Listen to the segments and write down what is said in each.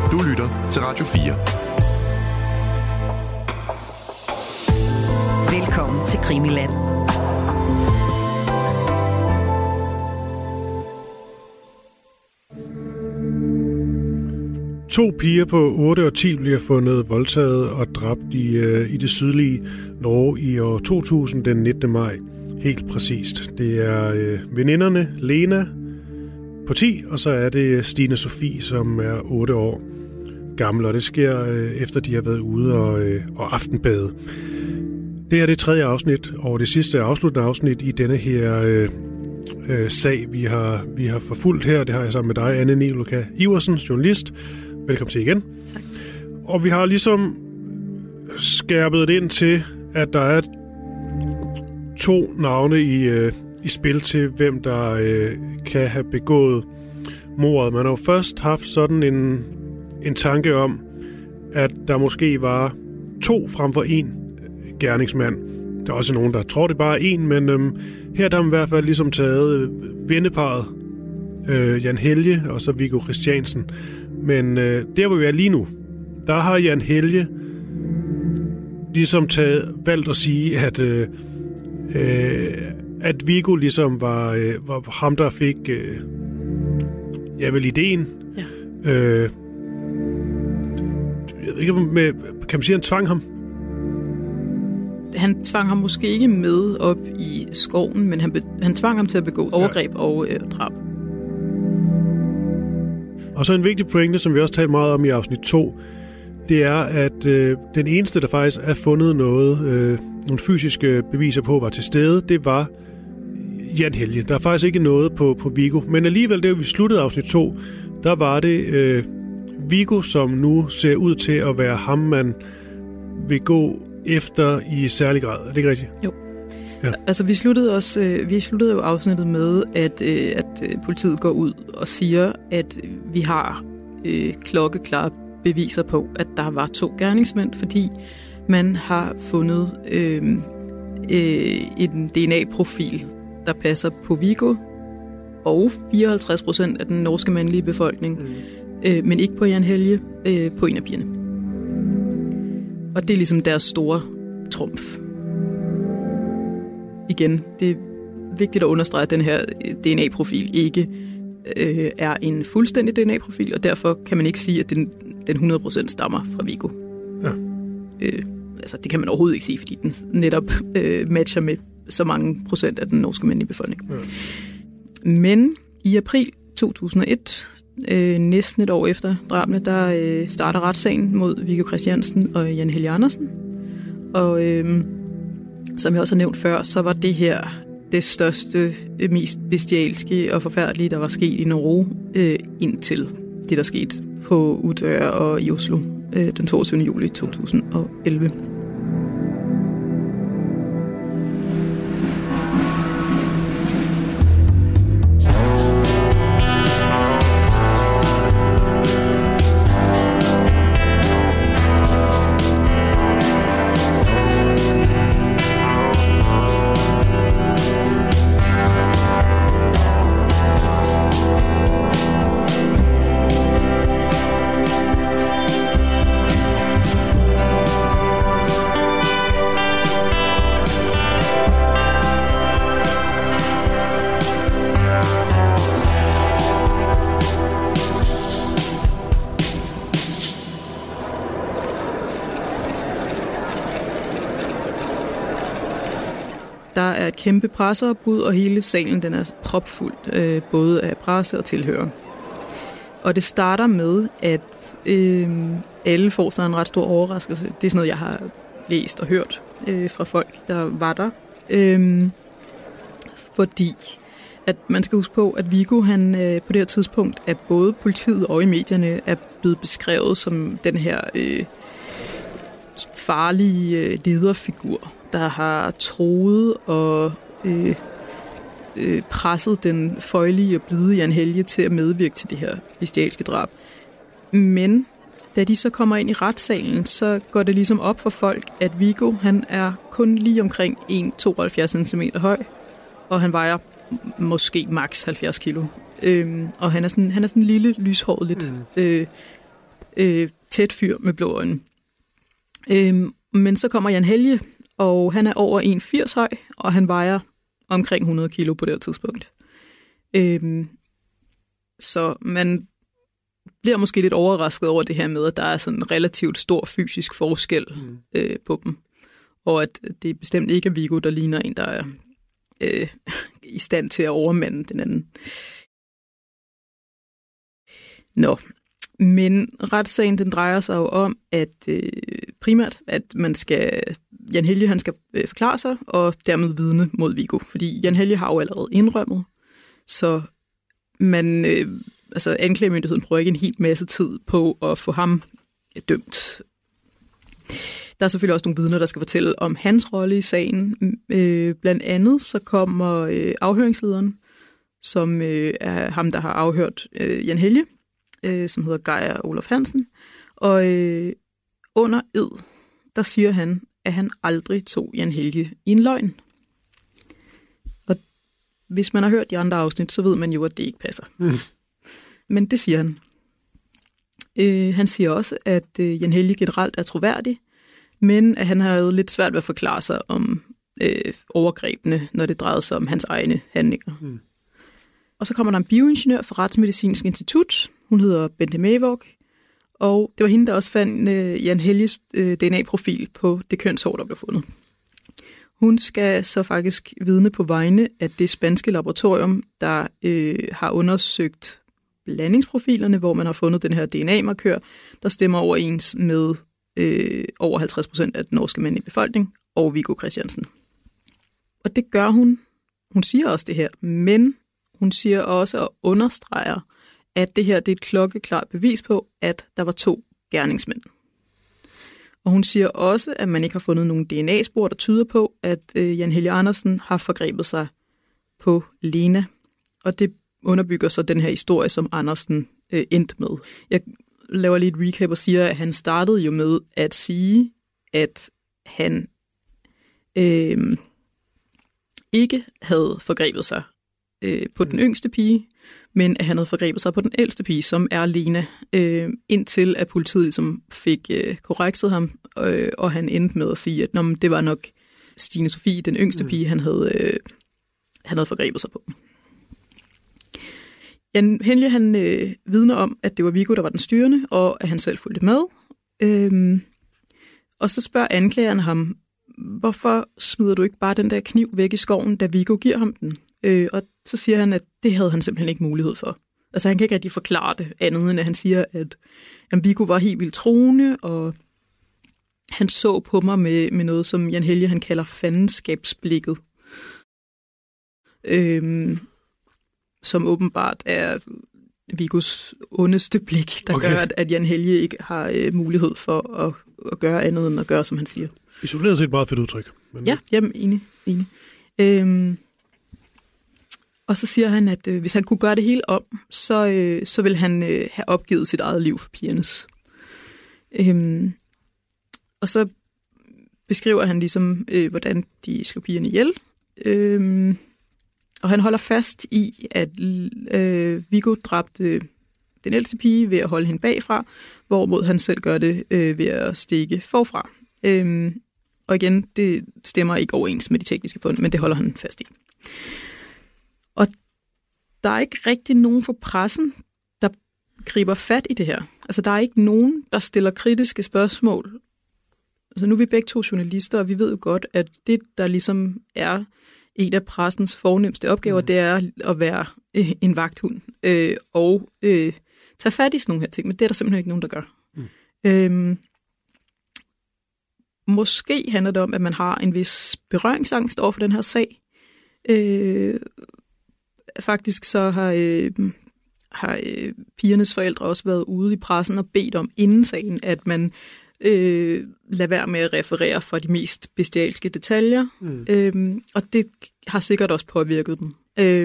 Du lytter til Radio 4. Velkommen til Krimiland. To piger på 8 og 10 bliver fundet voldtaget og dræbt i det sydlige Norge i år 2000, den 19. maj. Helt præcist. Det er veninderne Lena på 10, og så er det Stine Sofie, som er 8 år gammel, og det sker efter de har været ude og aftenbade. Det er det 3. afsnit, og det sidste afsluttende afsnit i denne her sag, vi har forfulgt her. Det har jeg sammen med dig, Anne Niluka Iversen, journalist. Velkommen til igen. Tak. Og vi har ligesom skærpet det ind til, at der er 2 navne i spil til, hvem der kan have begået mordet. Man har jo først haft sådan en tanke om, at der måske var 2 frem for 1 gerningsmand. Der er også nogen, der tror, det bare er 1, men her der har man i hvert fald ligesom taget venneparret Jan Helge og så Viggo Christiansen. Men der, hvor vi er lige nu, der har Jan Helge ligesom valgt at sige, at Viggo ligesom var ham, der fik vel ideen. Ja. Jeg ved ikke, kan man sige, han tvang ham? Han tvang ham måske ikke med op i skoven, men han tvang ham til at begå overgreb og drab. Og så en vigtig pointe, som vi også talte meget om i afsnit 2, det er, at den eneste, der faktisk er fundet nogle fysiske beviser på, var til stede, det var Jan Helge. Der er faktisk ikke noget på Viggo. Men alligevel, det vi sluttede afsnit 2, der var det Viggo, som nu ser ud til at være ham, man vil gå efter i særlig grad. Er det ikke rigtigt? Jo. Ja. Altså, vi sluttede jo afsnittet med, at politiet går ud og siger, at vi har klokkeklare beviser på, at der var 2 gerningsmænd, fordi man har fundet en DNA-profil, der passer på Viggo og 54% af den norske mandlige befolkning, men ikke på Jan Helge, på en af pigerne. Og det er ligesom deres store trumf. Igen, det er vigtigt at understrege, at den her DNA-profil ikke er en fuldstændig DNA-profil, og derfor kan man ikke sige, at den 100% stammer fra Viggo. Ja. Altså, det kan man overhovedet ikke sige, fordi den netop matcher med så mange procent af den norske mandlige befolkning. Ja. Men i april 2001, næsten et år efter drabene, der starter retssagen mod Viggo Christiansen og Jan Helge Andersen. Og som jeg også har nævnt før, så var det her det største, mest bestialske og forfærdelige, der var sket i Norge indtil det, der skete på Utøya og i Oslo den 22. juli 2011. Der er et kæmpe presseopbud, og hele salen den er propfuld, både af presse og tilhører. Og det starter med, at alle får sig en ret stor overraskelse. Det er sådan noget, jeg har læst og hørt fra folk, der var der. Fordi at man skal huske på, at Viggo han på det her tidspunkt af både politiet og i medierne er blevet beskrevet som den her farlige lederfigur, der har troet og presset den føjelige og blide Jan Helge til at medvirke til det her bestialske drab. Men da de så kommer ind i retssalen, så går det ligesom op for folk, at Viggo han er kun lige omkring 1,72 cm høj, og han vejer måske maks 70 kilo. Og han er sådan en lille, lyshåret, lidt tæt fyr med blå øjne. Men så kommer Jan Helge, og han er over 1,80 høj, og han vejer omkring 100 kilo på det her tidspunkt. Så man bliver måske lidt overrasket over det her med, at der er sådan en relativt stor fysisk forskel på dem. Og at det bestemt ikke er Viggo, der ligner en, der er i stand til at overmande den anden. Nå, men retssagen den drejer sig jo om, at primært, at Jan Helge han skal forklare sig, og dermed vidne mod Viggo. Fordi Jan Helge har jo allerede indrømmet, så anklagemyndigheden bruger ikke en hel masse tid på at få ham dømt. Der er selvfølgelig også nogle vidner, der skal fortælle om hans rolle i sagen. Blandt andet så kommer afhøringslederen, som er ham, der har afhørt Jan Helge, som hedder Geir Olof Hansen. Og under ed, der siger han, at han aldrig tog Jan Helge i en løgn. Og hvis man har hørt de andre afsnit, så ved man jo, at det ikke passer. Men det siger han. Han siger også, at Jan Helge generelt er troværdig, men at han havde lidt svært ved at forklare sig om overgrebene, når det drejede sig om hans egne handlinger. Og så kommer der en bioingeniør fra Retsmedicinsk Institut. Hun hedder Bente Mavog, og det var hende, der også fandt Jan Helges DNA-profil på det kønshår, der blev fundet. Hun skal så faktisk vidne på vegne af det spanske laboratorium, der har undersøgt blandingsprofilerne, hvor man har fundet den her DNA-markør, der stemmer overens med over 50% af den norske mandlige befolkning og Viggo Kristiansen. Og det gør hun. Hun siger også det her, men hun siger også og understreger, at det her det er et klokkeklart bevis på, at der var 2 gerningsmænd. Og hun siger også, at man ikke har fundet nogen DNA-spor, der tyder på, at Jan Helge Andersen har forgrebet sig på Lena. Og det underbygger så den her historie, som Andersen endte med. Jeg laver lige et recap og siger, at han startede jo med at sige, at han ikke havde forgrebet sig på den yngste pige, men at han havde forgrebet sig på den ældste pige, som er Lena, indtil at politiet ligesom fik korrekset ham, og han endte med at sige, at det var nok Stine Sofie, den yngste pige, han havde forgrebet sig på. Jan Helge, han vidner om, at det var Viggo, der var den styrende, og at han selv fulgte med. Og så spørger anklageren ham, hvorfor smider du ikke bare den der kniv væk i skoven, da Viggo giver ham den? Og så siger han, at det havde han simpelthen ikke mulighed for. Altså han kan ikke rigtig forklare det andet, end at han siger, at Viggo var helt vildt troende, og han så på mig med noget, som Jan Helge han kalder fandenskabsblikket. Som åbenbart er Viggos ondeste blik, der gør, at Jan Helge ikke har mulighed for at gøre andet end at gøre, som han siger. Isoleret set meget fedt udtryk. Men... Ja, jamen, enig. Og så siger han, at hvis han kunne gøre det hele om, så vil han have opgivet sit eget liv for pigernes. Og så beskriver han ligesom, hvordan de slog pigerne ihjel. Og han holder fast i, at Viggo dræbte den ældste pige ved at holde hende bagfra, hvorimod han selv gør det ved at stikke forfra. Og igen, det stemmer ikke overens med de tekniske fund, men det holder han fast i. Og der er ikke rigtig nogen for pressen, der griber fat i det her. Altså, der er ikke nogen, der stiller kritiske spørgsmål. Altså, nu er vi begge 2 journalister, og vi ved jo godt, at det, der ligesom er en af pressens fornemste opgaver, det er at være en vagthund og tage fat i sådan nogle her ting, men det er der simpelthen ikke nogen, der gør. Måske handler det om, at man har en vis berøringsangst over for den her sag. Faktisk så har pigernes forældre også været ude i pressen og bedt om inden sagen, at man lader være med at referere fra de mest bestialske detaljer. Og det har sikkert også påvirket dem.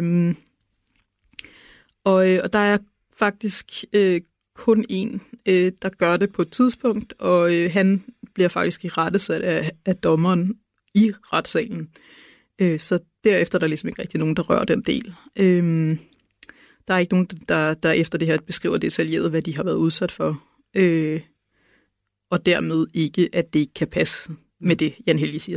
Og der er faktisk kun en, der gør det på et tidspunkt, og han bliver faktisk irettesat af dommeren i retssalen. Så derefter er der ligesom ikke rigtig nogen, der rører den del. Der er ikke nogen, der efter det her beskriver detaljeret, hvad de har været udsat for. og dermed ikke, at det ikke kan passe med det, Jan Helge siger.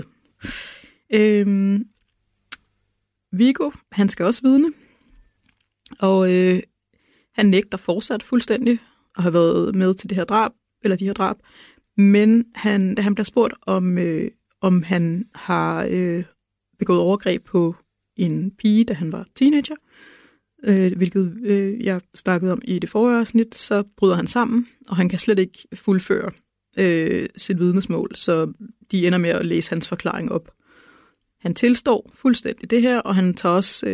Viggo, han skal også vidne, og han nægter fortsat fuldstændig at have været med til det her drab, eller de her drab, men da han bliver spurgt, om han har begået overgreb på en pige, da han var teenager, hvilket jeg snakkede om i det forrige afsnit, så bryder han sammen, og han kan slet ikke fuldføre sit vidnesmål, så de ender med at læse hans forklaring op. Han tilstår fuldstændig det her, og han tager også...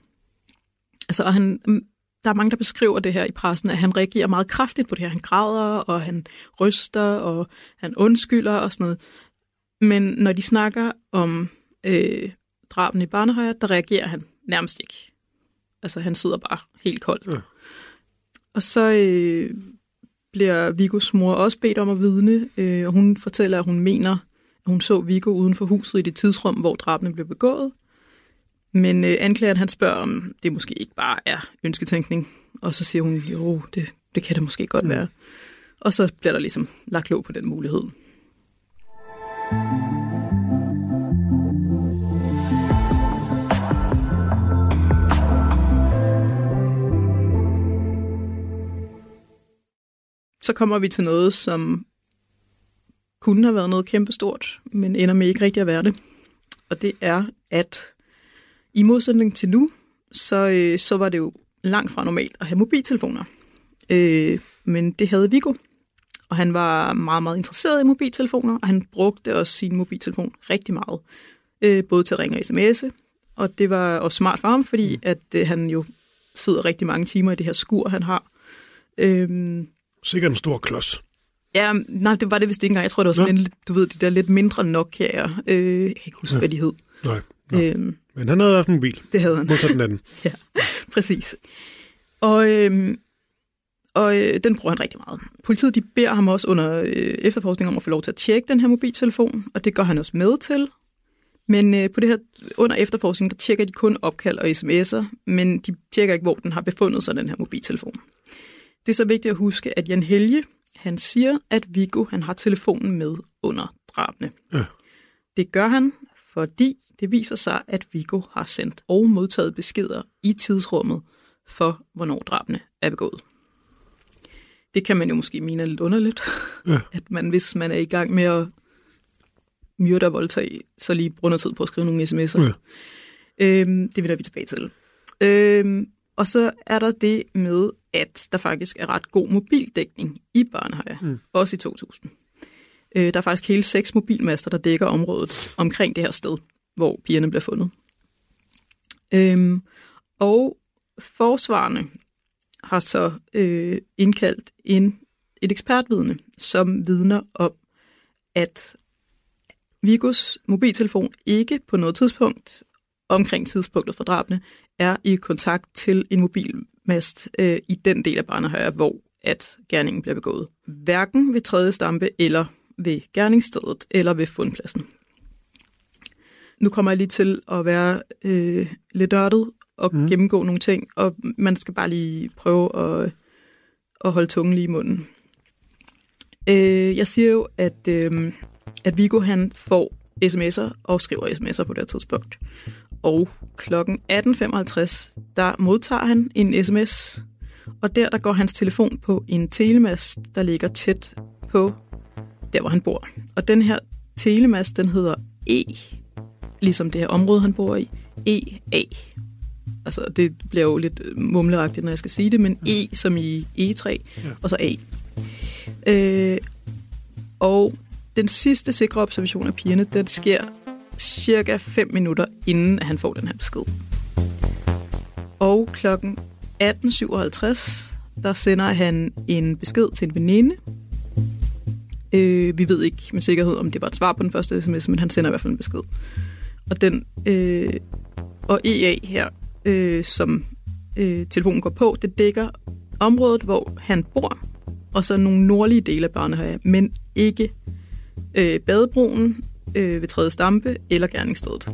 der er mange, der beskriver det her i pressen, at han reagerer meget kraftigt på det her. Han græder, og han ryster, og han undskylder og sådan noget. Men når de snakker om drabene i Barnehøjer, der reagerer han nærmest ikke. Altså, han sidder bare helt koldt. Ja. Og så bliver Viggos mor også bedt om at vidne, og hun fortæller, at hun mener, at hun så Viggo uden for huset i det tidsrum, hvor drabene blev begået. Men anklageren, han spørger, om det måske ikke bare er ønsketænkning. Og så siger hun, jo, det kan det måske godt være. Og så bliver der ligesom lagt låg på den mulighed. Så kommer vi til noget, som kunne have været noget kæmpestort, men ender med ikke rigtig at være det. Og det er, at i modsætning til nu, så var det jo langt fra normalt at have mobiltelefoner. Men det havde Viggo, og han var meget, meget interesseret i mobiltelefoner, og han brugte også sin mobiltelefon rigtig meget. Både til at ringe og sms'e, og det var også smart for ham, fordi at han jo sidder rigtig mange timer i det her skur, han har. Sikkert en stor klods. Ja, nej, det var det vist ikke engang. Jeg tror, det var sådan en, du ved, de der lidt mindre Nokia'er. Jeg kan ikke huske, hvad de hed. Nej. Men han havde i hvert fald en bil. Det havde han. Modsat den anden. Ja, præcis. Og den bruger han rigtig meget. Politiet, de beder ham også under efterforskning om at få lov til at tjekke den her mobiltelefon, og det går han også med til. Men på det her, under efterforskning, der tjekker de kun opkald og sms'er, men de tjekker ikke, hvor den har befundet sig, den her mobiltelefon. Det er så vigtigt at huske, at Jan Helge, han siger, at Viggo, han har telefonen med under drabene. Ja. Det gør han, fordi det viser sig, at Viggo har sendt og modtaget beskeder i tidsrummet for, hvornår drabene er begået. Det kan man jo måske mene lidt underligt, at man, hvis man er i gang med at myrde og voldtage, så lige bruger tid på at skrive nogle sms'er. Ja. Det vender vi tilbage til. Og så er der det med, at der faktisk er ret god mobildækning i Barnehøjer, også i 2000. Der er faktisk hele 6 mobilmaster, der dækker området omkring det her sted, hvor pigerne bliver fundet. Og forsvarerne har så indkaldt et ekspertvidne, som vidner om, at Viggos mobiltelefon ikke på noget tidspunkt omkring tidspunktet for drabene er i kontakt til en mobilmast i den del af Barnehøjer, hvor at gerningen bliver begået. Hverken ved tredje stampe eller ved gerningsstedet eller ved fundpladsen. Nu kommer jeg lige til at være lidt nørdet og gennemgå nogle ting, og man skal bare lige prøve at holde tungen lige i munden. Jeg siger jo, at Viggo, han får sms'er og skriver sms'er på det tidspunkt. Og klokken 18.55, der modtager han en sms, og der går hans telefon på en telemast, der ligger tæt på der, hvor han bor. Og den her telemast, den hedder E, ligesom det her område, han bor i, EA. Altså, det bliver jo lidt mumleragtigt, når jeg skal sige det, men E som i E3, og så A. Og den sidste sikre observation af pigerne, den sker cirka 5 minutter, inden han får den her besked. Og klokken 18.57, der sender han en besked til en veninde. Vi ved ikke med sikkerhed, om det var et svar på den første sms, men han sender i hvert fald en besked. Og den og EA her, som telefonen går på, det dækker området, hvor han bor, og så nogle nordlige dele af Barnehøjer, men ikke badebroen ved tredje stampe eller gerningsstedet.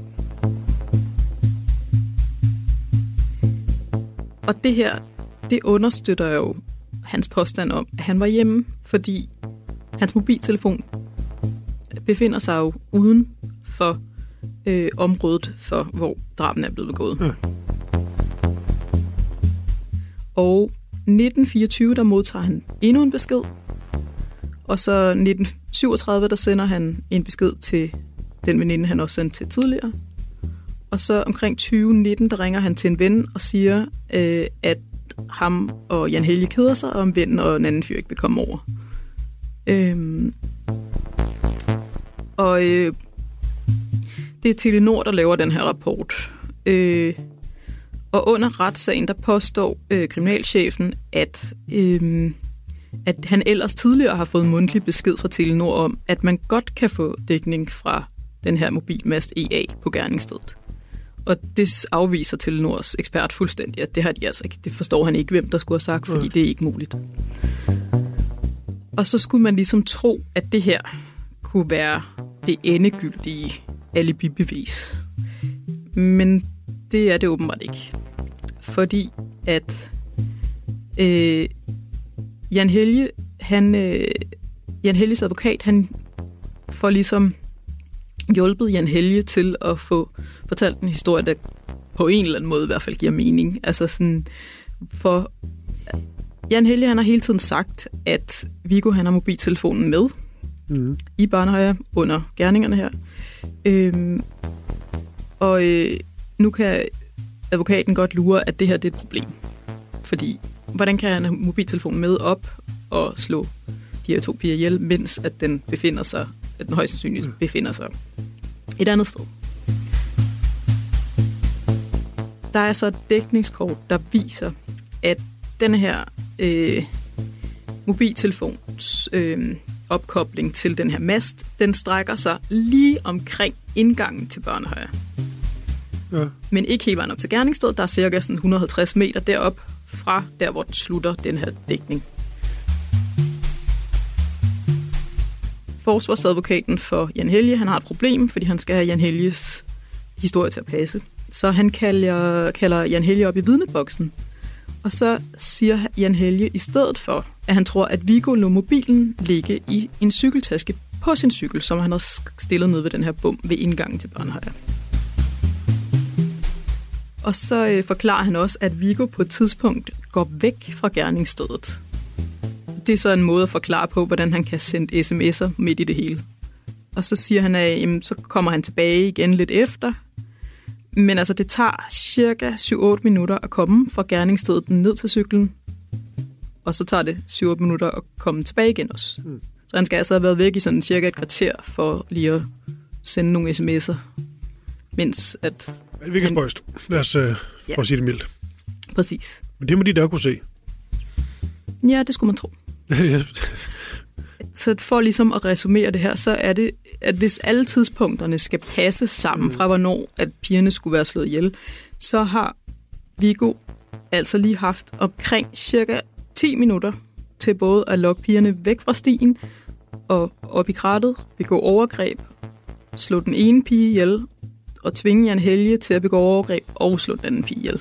Og det her, det understøtter jo hans påstand om, at han var hjemme, fordi hans mobiltelefon befinder sig jo uden for området for, hvor draben er blevet begået. Ja. Og 1924, der modtager han endnu en besked. Og så 1937, der sender han en besked til den veninde, han også sendte til tidligere. Og så omkring 2019, der ringer han til en ven og siger, at ham og Jan Helge keder sig, og om vennen og en anden fyr ikke vil komme over. Det er Telenor, der laver den her rapport. Og under retssagen, der påstår kriminalchefen, at han ellers tidligere har fået mundtlig besked fra Telenor om, at man godt kan få dækning fra den her mobilmast EA på gerningsstedet. Og det afviser Telenors ekspert fuldstændig, at det har de altså ikke. Det forstår han ikke, hvem der skulle have sagt, fordi det er ikke muligt. Og så skulle man ligesom tro, at det her kunne være det endegyldige alibi-bevis. Men det er det åbenbart ikke. Fordi at Jan Helges advokat, han får ligesom hjulpet Jan Helge til at få fortalt en historie, der på en eller anden måde i hvert fald giver mening. Altså sådan, for Jan Helge, han har hele tiden sagt, at Viggo, han har mobiltelefonen med i Barnehøjer under gerningerne her. Nu kan advokaten godt lure, at det her det er et problem. Fordi, hvordan kan han have mobiltelefonen med op og slå de her 2 piger ihjel, mens at den højst sandsynligt befinder sig et andet sted? Der er så et dækningskort, der viser, at denne her mobiltelefons opkobling til den her mast, den strækker sig lige omkring indgangen til Børnehøjer. Ja. Men ikke helt vejen op til gerningsstedet. Der er cirka sådan 150 meter derop fra der, hvor den slutter den her dækning. Forsvarsadvokaten for Jan Helge, han har et problem, fordi han skal have Jan Helges historie til at passe. Så han kalder Jan Helge op i vidneboksen. Og så siger Jan Helge i stedet for, at han tror, at Viggo lod mobilen ligge i en cykeltaske på sin cykel, som han har stillet ned ved den her bom ved indgangen til Børnehøjer. Og så forklarer han også, at Viggo på et tidspunkt går væk fra gerningsstedet. Det er så en måde at forklare på, hvordan han kan sende sms'er midt i det hele. Og så siger han, at jamen, så kommer han tilbage igen lidt efter. Men altså, det tager cirka 7-8 minutter at komme fra gerningsstedet ned til cyklen. Og så tager det 7-8 minutter at komme tilbage igen også. Så han skal altså have været væk i sådan cirka et kvarter for lige at sende nogle sms'er. Mens at... Vi kan spøjst. Lad os for at sige det mildt. Præcis. Men det må de da kunne se. Ja, det skulle man tro. Så for ligesom at resumere det her, så er det, at hvis alle tidspunkterne skal passe sammen fra hvornår, at pigerne skulle være slået ihjel, så har Viggo altså lige haft omkring cirka 10 minutter til både at lokke pigerne væk fra stien og op i krattet, begå overgreb, slå den ene pige ihjel og tvinge Jan Helge til at begå overgreb og slå den anden pige ihjel.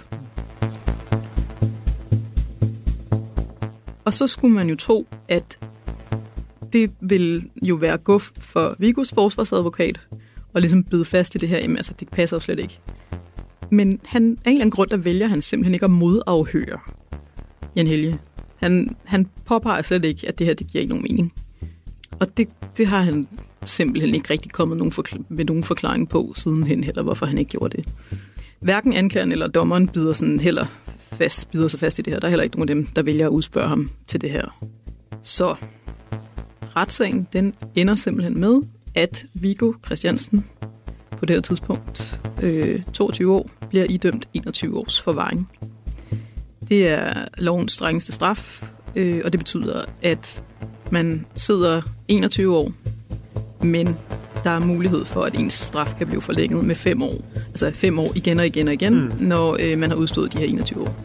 Og så skulle man jo tro, at det vil jo være guf for Viggos forsvarsadvokat og ligesom bide fast i det her. Jamen altså, det passer jo slet ikke. Men af en eller anden grund, der vælger han simpelthen ikke at modafhøre Jan Helge. Han påpeger slet ikke, at det her det giver ikke nogen mening. Og det har han simpelthen ikke rigtig kommet med nogen forklaring på sidenhen heller, hvorfor han ikke gjorde det. Hverken anklageren eller dommeren bider sig fast i det her. Der er heller ikke nogen af dem, der vælger at udspørge ham til det her. Så retssagen, den ender simpelthen med, at Viggo Christiansen på det her tidspunkt, 22 år, bliver idømt 21 års forvaring. Det er lovens strengeste straf, og det betyder, at man sidder 21 år, men der er mulighed for, at ens straf kan blive forlænget med 5 år. Altså 5 år igen og igen og igen, når man har udstået de her 21 år.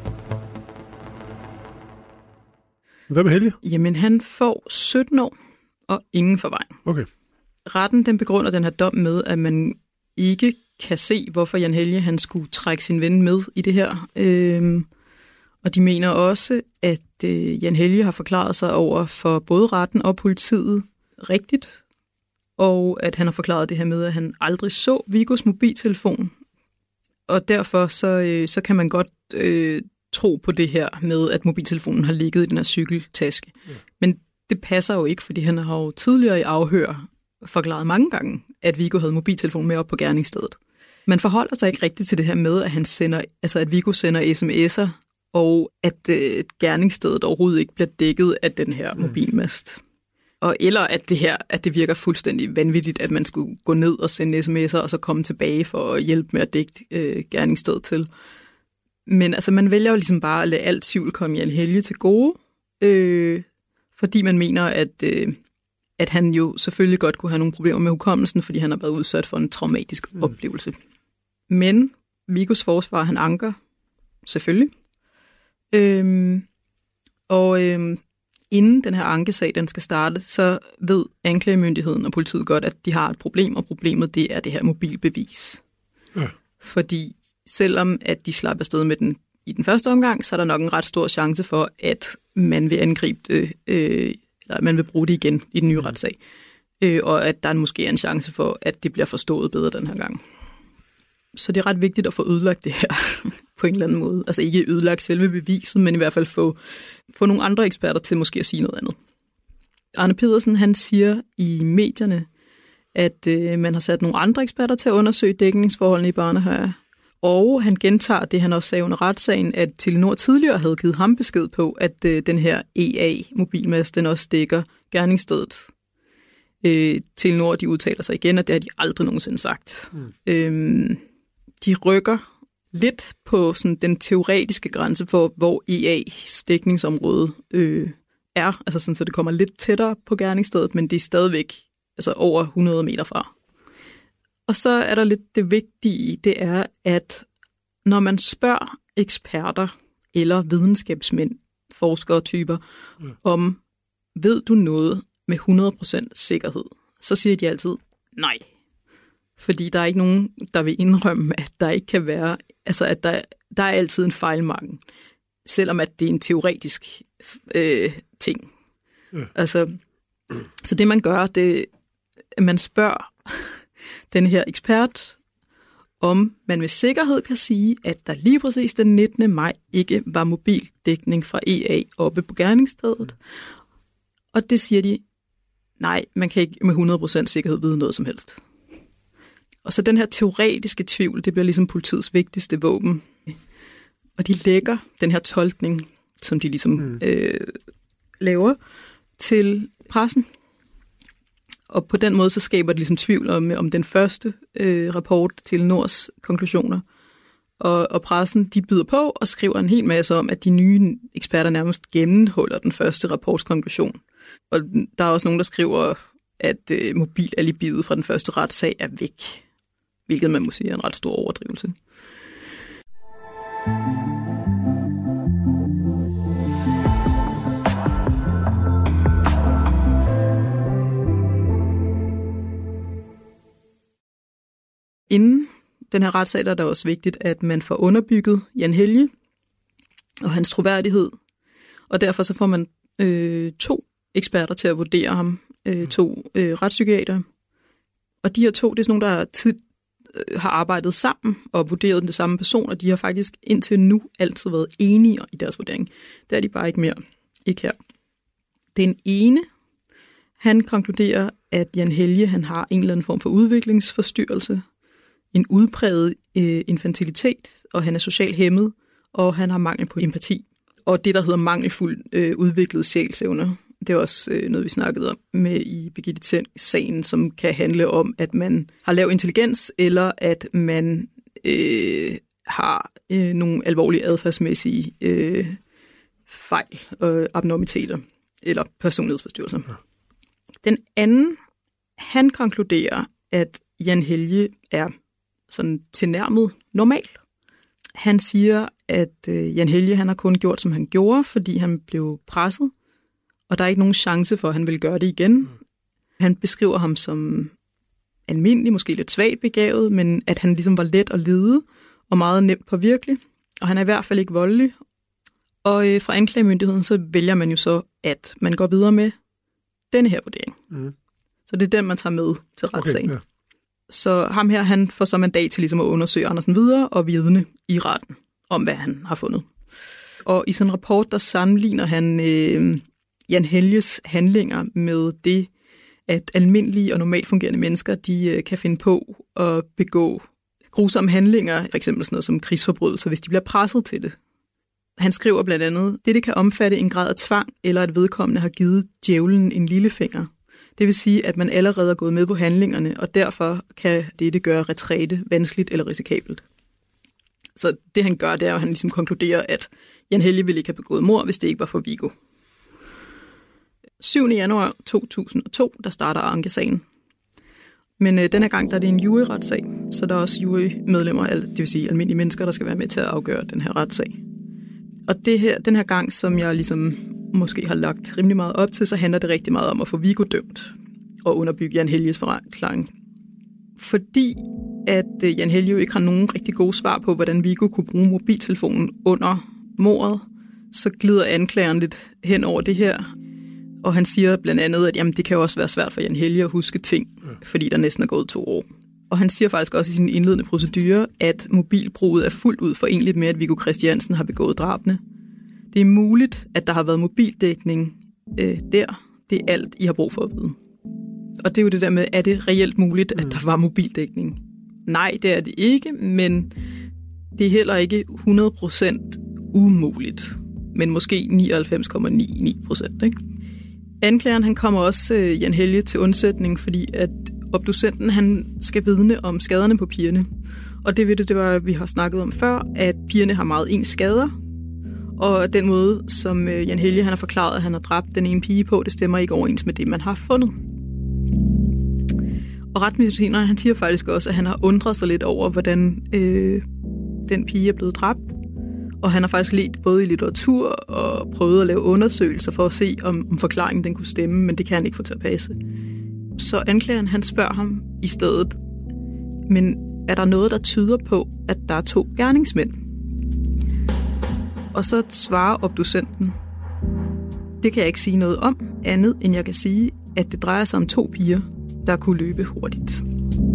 Hvad med Helge? Jamen, han får 17 år og ingen forvaring. Okay. Retten, den begrunder den her dom med, at man ikke kan se, hvorfor Jan Helge han skulle trække sin ven med i det her. Og de mener også, at Jan Helge har forklaret sig over for både retten og politiet rigtigt, og at han har forklaret det her med, at han aldrig så Viggos mobiltelefon. Og derfor så kan man godt tro på det her med, at mobiltelefonen har ligget i den her cykeltaske. Ja. Men det passer jo ikke, fordi han har jo tidligere i afhør forklaret mange gange, at Viggo havde mobiltelefonen med op på gerningsstedet. Man forholder sig ikke rigtigt til det her med, at Viggo sender sms'er, og at gerningsstedet overhovedet ikke bliver dækket af den her mobilmast. Eller at det virker fuldstændig vanvittigt, at man skulle gå ned og sende sms'er, og så komme tilbage for at hjælpe med at dække gerningsstedet til. Men altså, man vælger jo ligesom bare at lade alt tvivl komme Jan Helge til gode, fordi man mener, at han jo selvfølgelig godt kunne have nogle problemer med hukommelsen, fordi han har været udsat for en traumatisk oplevelse. Men Viggos forsvar, han anker selvfølgelig. Inden den her ankesag, den skal starte, så ved anklagemyndigheden og politiet godt, at de har et problem, og problemet det er det her mobilbevis. Ja. Fordi selvom at de slapper afsted med den i den første omgang, så er der nok en ret stor chance for, at man vil angribe det, eller man vil bruge det igen i den nye retssag. Og at der måske er en chance for, at det bliver forstået bedre den her gang. Så det er ret vigtigt at få ødelagt det her på en eller anden måde. Altså ikke ødelagt selve beviset, men i hvert fald få nogle andre eksperter til måske at sige noget andet. Arne Pedersen, han siger i medierne, at man har sat nogle andre eksperter til at undersøge dækningsforholdene i Barnehøjer. Og han gentager det, han også sagde under retssagen, at Telenor tidligere havde givet ham besked på, at den her EA-mobilmast, den også dækker gerningsstedet. Telenor, de udtaler sig igen, at det har de aldrig nogensinde sagt. De rykker lidt på sådan den teoretiske grænse for, hvor EA's dækningsområde er, altså sådan, så det kommer lidt tættere på gerningsstedet, men det er stadigvæk altså over 100 meter fra. Og så er der lidt det vigtige, det er, at når man spørger eksperter eller videnskabsmænd, forskere-typer, om ved du noget med 100% sikkerhed, så siger de altid nej. Fordi der er ikke nogen, der vil indrømme, at der ikke kan være, altså at der er altid en fejlmargen, selvom at det er en teoretisk ting. Ja. Altså, så det man gør, det man spørger den her ekspert, om man med sikkerhed kan sige, at der lige præcis den 19. maj ikke var mobildækning fra EA oppe på gerningsstedet. Og det siger de, nej, man kan ikke med 100% sikkerhed vide noget som helst. Og så den her teoretiske tvivl, det bliver ligesom politiets vigtigste våben. Og de lægger den her tolkning, som de ligesom laver, til pressen. Og på den måde så skaber det ligesom tvivl om den første rapport til Nords konklusioner. Og pressen, de byder på og skriver en hel masse om, at de nye eksperter nærmest gennemhuller den første rapports konklusion. Og der er også nogen, der skriver, at mobilalibiet fra den første retssag er væk. Hvilket man må sige er en ret stor overdrivelse. Inden den her retssag, der er det også vigtigt, at man får underbygget Jan Helge og hans troværdighed. Og derfor så får man 2 eksperter til at vurdere ham, 2 retspsykiater. Og de her 2, det er sådan nogle, der har arbejdet sammen og vurderet den samme person, og de har faktisk indtil nu altid været enige i deres vurdering. Det er de bare ikke mere. Ikke her. Den ene, han konkluderer, at Jan Helge han har en eller anden form for udviklingsforstyrrelse, en udpræget infantilitet, og han er socialt hæmmet, og han har mangel på empati. Og det, der hedder mangelfuld udviklet sjælsevner, det er også noget, vi snakkede om med i Birgitte Tengs-sagen, som kan handle om, at man har lav intelligens, eller at man har nogle alvorlige adfærdsmæssige fejl og abnormiteter, eller personlighedsforstyrrelser. Ja. Den anden, han konkluderer, at Jan Helge er sådan tilnærmet normal. Han siger, at Jan Helge han har kun gjort, som han gjorde, fordi han blev presset, og der er ikke nogen chance for, at han vil gøre det igen. Han beskriver ham som almindelig, måske lidt svagt begavet, men at han ligesom var let at lede og meget nemt påvirkelig, og han er i hvert fald ikke voldelig. Og fra anklagemyndigheden, så vælger man jo så, at man går videre med denne her vurdering. Mm. Så det er den, man tager med til retssagen. Okay, ja. Så ham her, han får så mandat til ligesom at undersøge Andersen videre og vidne i retten om, hvad han har fundet. Og i sådan en rapport, der sammenligner han Jan Helges handlinger med det, at almindelige og normalt fungerende mennesker, de kan finde på at begå grusomme handlinger, f.eks. sådan noget som krigsforbrydelser, hvis de bliver presset til det. Han skriver blandt andet, det kan omfatte en grad af tvang, eller at vedkommende har givet djævlen en lillefinger. Det vil sige, at man allerede er gået med på handlingerne, og derfor kan dette gøre retræte vanskeligt eller risikabelt. Så det han gør, det er, at han ligesom konkluderer, at Jan Helge ville ikke have begået mord, hvis det ikke var for Viggo. 7. januar 2002, der starter ankesagen. Men denne gang, der er det en juryretssag, så der er også jurymedlemmer, det vil sige almindelige mennesker, der skal være med til at afgøre den her retssag. Og den her gang, som jeg ligesom måske har lagt rimelig meget op til, så handler det rigtig meget om at få Viggo dømt og underbygge Jan Helges forklaring. Fordi at Jan Helge ikke har nogen rigtig gode svar på, hvordan Viggo kunne bruge mobiltelefonen under mordet, så glider anklageren lidt hen over det her. Og han siger blandt andet, at jamen, det kan jo også være svært for Jan Helge at huske ting, fordi der næsten er gået 2 år. Og han siger faktisk også i sin indledende procedure, at mobilbruget er fuldt ud forenligt med, at Viggo Christiansen har begået drabene. Det er muligt, at der har været mobildækning der. Det er alt, I har brug for at vide. Og det er jo det der med, er det reelt muligt, at der var mobildækning? Nej, det er det ikke, men det er heller ikke 100% umuligt. Men måske 99,99%, ikke? Anklageren, han kommer også Jan Helge til undsætning, fordi at obducenten, han skal vidne om skaderne på pigerne. Og det var, vi har snakket om før, at pigerne har meget ens skader. Og den måde, som Jan Helge han har forklaret, at han har dræbt den ene pige på, det stemmer ikke overens med det, man har fundet. Og retsmedicineren, han siger faktisk også, at han har undret sig lidt over, hvordan den pige er blevet dræbt. Og han har faktisk let både i litteratur og prøvet at lave undersøgelser for at se, om forklaringen den kunne stemme, men det kan han ikke få til at passe. Så anklageren, han spørger ham i stedet, men er der noget, der tyder på, at der er 2 gerningsmænd? Og så svarer obducenten, det kan jeg ikke sige noget om, andet end jeg kan sige, at det drejer sig om 2 piger, der kunne løbe hurtigt.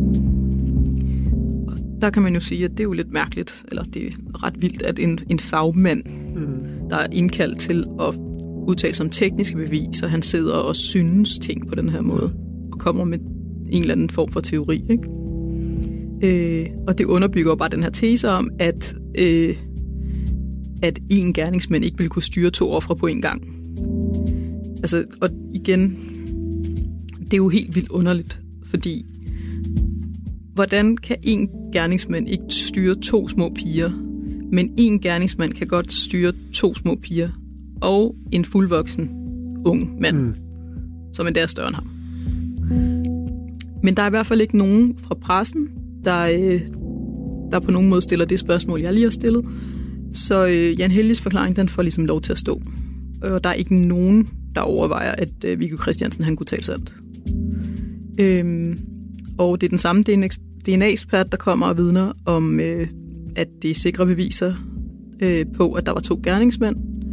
Og der kan man jo sige, at det er jo lidt mærkeligt, eller det er ret vildt, at en fagmand, der er indkaldt til at udtale sig om tekniske beviser, han sidder og synes ting på den her måde, og kommer med en eller anden form for teori, ikke? Og det underbygger bare den her tese om, at en gerningsmand ikke ville kunne styre 2 ofre på en gang. Altså, og igen, det er jo helt vildt underligt, fordi hvordan kan en gerningsmand ikke styre 2 små piger, men en gerningsmand kan godt styre 2 små piger og en fuldvoksen ung mand, som endda er større end ham. Men der er i hvert fald ikke nogen fra pressen, der på nogen måde stiller det spørgsmål, jeg lige har stillet. Så Jan Helges forklaring, den får ligesom lov til at stå. Og der er ikke nogen, der overvejer, at Viggo Christiansen han kunne tale sandt. Og det er den samme DNA-ekspert, der kommer og vidner om, at det er sikre beviser på, at der var 2 gerningsmænd.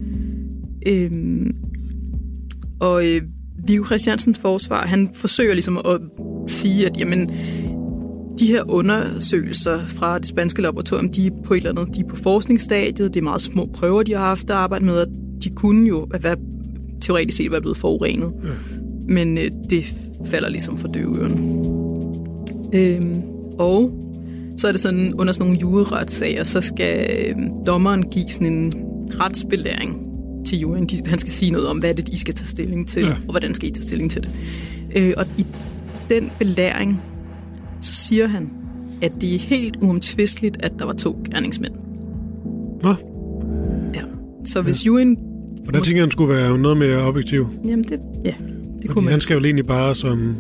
Og Viggo Christiansens forsvar, han forsøger ligesom at sige, at jamen, de her undersøgelser fra det spanske laboratorium, de er på et eller andet, de er på forskningsstadiet, det er meget små prøver, de har haft at arbejde med, og de kunne jo teoretisk set være blevet forurenet. Ja. Men det falder ligesom for døve øren. Og så er det sådan, under sådan nogle juryretssager, så skal dommeren give sådan en retsbelæring til juryen. Han skal sige noget om, hvad det I skal tage stilling til, og hvordan skal I tage stilling til det. Og i den belæring, så siger han, at det er helt uomtvisteligt, at der var 2 gerningsmænd. Nå? Ja. Så hvis juryen... Og der tænker han skulle være noget mere objektiv. Jamen det kunne man. Han skal jo egentlig bare som...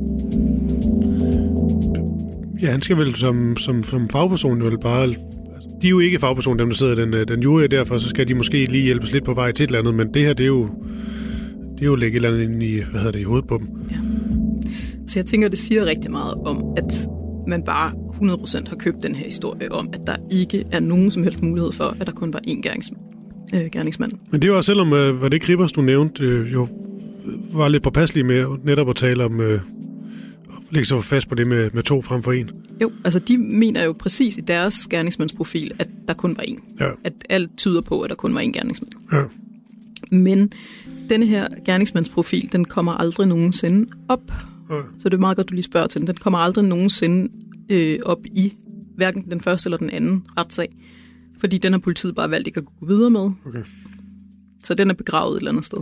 Ja, han skal vel som fagperson jo bare... De er jo ikke fagpersoner, dem der sidder i den jury, derfor så skal de måske lige hjælpes lidt på vej til et eller andet, men det her, det er jo at lægge et eller andet ind i, i hovedet på dem. Ja. Så jeg tænker, det siger rigtig meget om, at man bare 100% har købt den her historie om, at der ikke er nogen som helst mulighed for, at der kun var 1 gerningsmand. gerningsmanden. Men det var selvom, var det Kribers, du nævnte, jo var lidt påpasselig med netop at tale om, at lægge sig fast på det med 2 frem for 1. Jo, altså de mener jo præcis i deres gerningsmandsprofil, at der kun var 1. Ja. At alt tyder på, at der kun var 1 gerningsmand. Ja. Men denne her gerningsmandsprofil, den kommer aldrig nogensinde op. Ja. Så det er meget godt, du lige spørger til den. Den kommer aldrig nogensinde op i hverken den første eller den anden retssag. Fordi den har politiet bare valgt ikke at gå videre med. Okay. Så den er begravet et eller andet sted.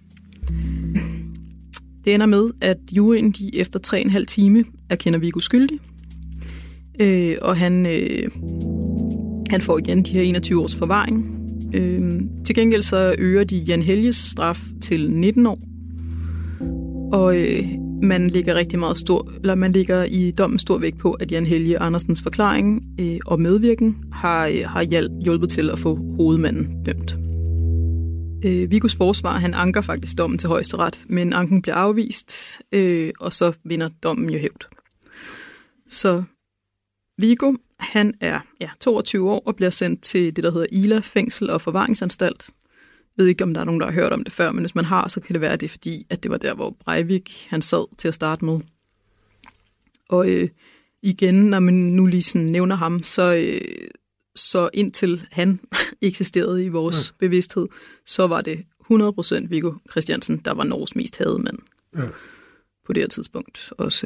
Det ender med, at juryen de efter 3,5 time erkender Viggo skyldig. Og han får igen de her 21 års forvaring. Til gengæld så øger de Jan Helges straf til 19 år. Og man lægger i dommen stor vægt på, at Jan Helge Andersens forklaring og medvirken har hjulpet til at få hovedmanden dømt. Viggos forsvar, han anker faktisk dommen til højesteret, men anken bliver afvist, og så vinder dommen jo hævd. Så Viggo, han er 22 år og bliver sendt til det, der hedder Ila Fængsel og Forvaringsanstalt. Jeg ved ikke, om der er nogen, der har hørt om det før, men hvis man har, så kan det være, at det er fordi, at det var der, hvor Breivik han sad til at starte med. Og igen, når man nu lige sådan nævner ham, så indtil han eksisterede i vores bevidsthed, så var det 100% Viggo Kristiansen, der var Norges mest hadede mand på det her tidspunkt også.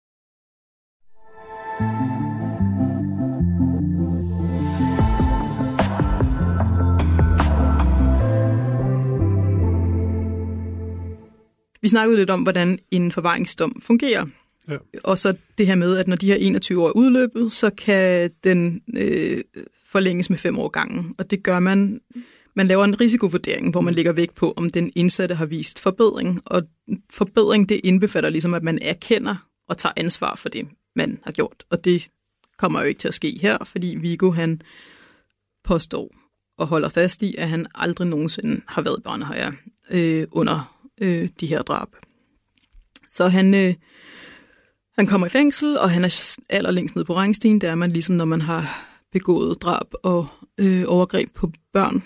Vi snakkede lidt om, hvordan en forvaringsdom fungerer. Ja. Og så det her med, at når de her 21 år er udløbet, så kan den forlænges med 5 år gangen. Og det gør man laver en risikovurdering, hvor man lægger vægt på, om den indsatte har vist forbedring. Og forbedring, det indbefatter ligesom, at man erkender og tager ansvar for det, man har gjort. Og det kommer jo ikke til at ske her, fordi Viggo, han påstår og holder fast i, at han aldrig nogensinde har været børnehajer under de her drab. Så han kommer i fængsel, og han er allerlængst nede på rangstigen. Det er man ligesom, når man har begået drab og overgreb på børn.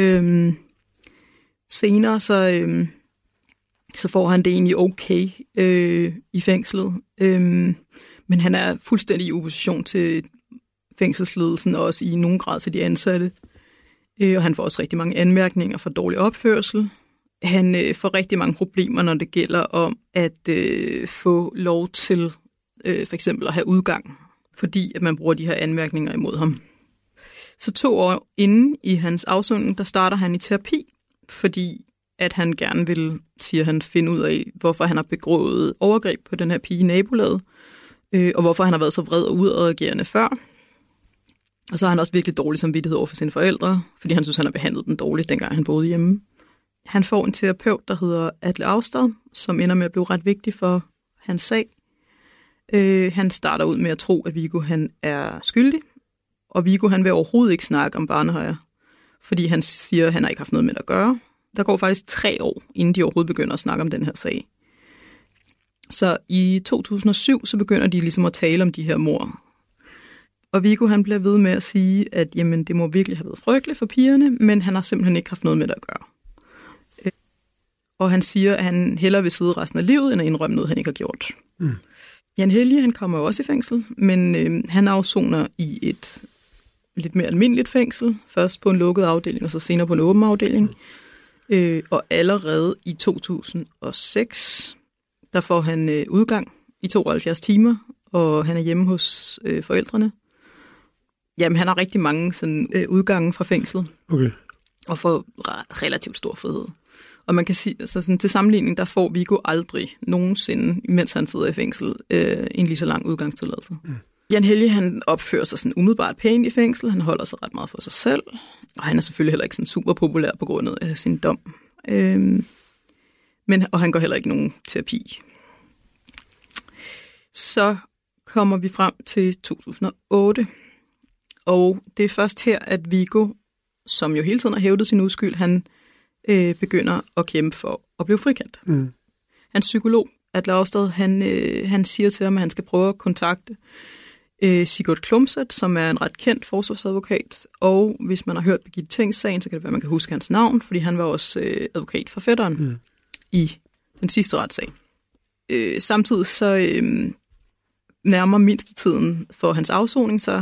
Senere så får han det egentlig okay i fængslet. Men han er fuldstændig i opposition til fængselsledelsen, og også i nogen grad til de ansatte. Og han får også rigtig mange anmærkninger for dårlig opførsel. Han får rigtig mange problemer, når det gælder om at få lov til for eksempel at have udgang, fordi at man bruger de her anmærkninger imod ham. Så 2 år inden i hans afsoning, der starter han i terapi, fordi at han gerne vil, siger han, finde ud af, hvorfor han har begået overgreb på den her pige i nabolaget, og hvorfor han har været så vred og udadreagerende før. Og så har han også virkelig dårlig samvittighed over for sine forældre, fordi han synes, han har behandlet dem dårligt, dengang han boede hjemme. Han får en terapeut, der hedder Atle Austad, som ender med at blive ret vigtig for hans sag. Han starter ud med at tro, at Viggo han er skyldig, og Viggo han vil overhovedet ikke snakke om barnehajer, fordi han siger, at han har ikke haft noget med det at gøre. Der går faktisk 3 år, inden de overhovedet begynder at snakke om den her sag. Så i 2007, så begynder de ligesom at tale om de her mord. Og Viggo han bliver ved med at sige, at jamen, det må virkelig have været frygteligt for pigerne, men han har simpelthen ikke haft noget med det at gøre. Og han siger, at han hellere vil sidde resten af livet, end at indrømme noget, han ikke har gjort. Mm. Jan Helge, han kommer jo også i fængsel, men han afsoner i et lidt mere almindeligt fængsel. Først på en lukket afdeling, og så senere på en åben afdeling. Og allerede i 2006, der får han udgang i 72 timer, og han er hjemme hos forældrene. Jamen, han har rigtig mange sådan, udgange fra fængslet. Okay. Og får relativt stor frihed. Og man kan sige, altså sådan, til sammenligning, der får Viggo aldrig nogensinde, mens han sidder i fængsel, en lige så lang udgangstilladelse. Mm. Jan Helge, han opfører sig sådan umiddelbart pænt i fængsel. Han holder sig ret meget for sig selv. Og han er selvfølgelig heller ikke sådan super populær på grund af sin dom. Og han går heller ikke nogen terapi. Så kommer vi frem til 2008. Og det er først her, at Viggo, som jo hele tiden har hævdet sin uskyld, han begynder at kæmpe for at blive frikendt. Mm. Hans psykolog, Atle Austad, han siger til ham, at han skal prøve at kontakte Sigurd Klumset, som er en ret kendt forsvarsadvokat, og hvis man har hørt Birgitte Tengs-sagen, så kan det være, man kan huske hans navn, fordi han var også advokat for fætteren i den sidste retssag. Samtidig så nærmer mindstetiden for hans afsoning sig,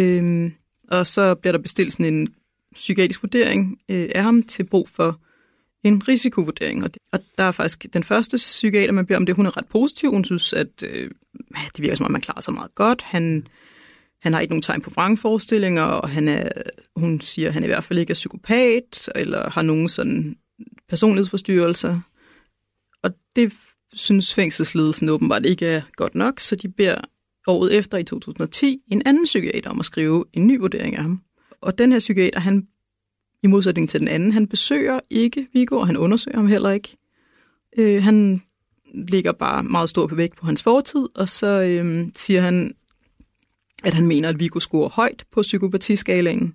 og så bliver der bestilt sådan en psykiatrisk vurdering af ham til brug for en risikovurdering. Og der er faktisk den første psykiater, man beder om det, hun er ret positiv. Hun synes, at det virker som om, man klarer sig meget godt. Han har ikke nogen tegn på vrangforestillinger, og hun siger, at han i hvert fald ikke er psykopat, eller har nogen sådan personlighedsforstyrrelser. Og det synes fængselsledelsen åbenbart ikke er godt nok, så de beder året efter i 2010 en anden psykiater om at skrive en ny vurdering af ham. Og den her psykiater, han i modsætning til den anden, han besøger ikke Viggo, og han undersøger ham heller ikke. Han ligger bare meget stor vægt på hans fortid, og så siger han, at han mener, at Viggo scorer højt på psykopatiskalaen,